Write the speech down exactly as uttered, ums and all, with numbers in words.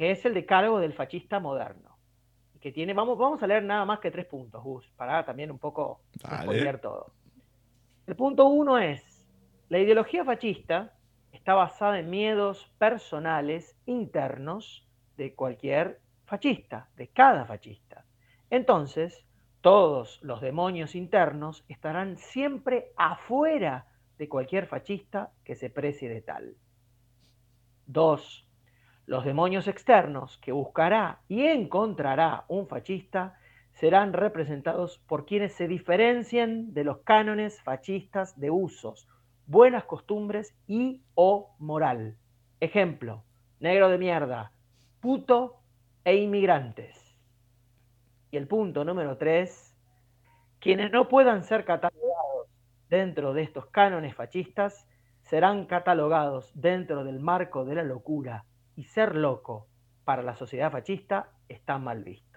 que es el decálogo del fascista moderno. Que tiene, vamos, vamos a leer nada más que tres puntos, Gus, para también un poco no Dale. spoilear todo. El punto uno es, la ideología fascista está basada en miedos personales internos de cualquier fascista, de cada fascista. Entonces, todos los demonios internos estarán siempre afuera de cualquier fascista que se precie de tal. Dos, los demonios externos que buscará y encontrará un fascista serán representados por quienes se diferencien de los cánones fascistas de usos, buenas costumbres y o moral. Ejemplo, negro de mierda, puto e inmigrantes. Y el punto número tres, quienes no puedan ser catalogados dentro de estos cánones fascistas serán catalogados dentro del marco de la locura, y ser loco para la sociedad fascista está mal visto.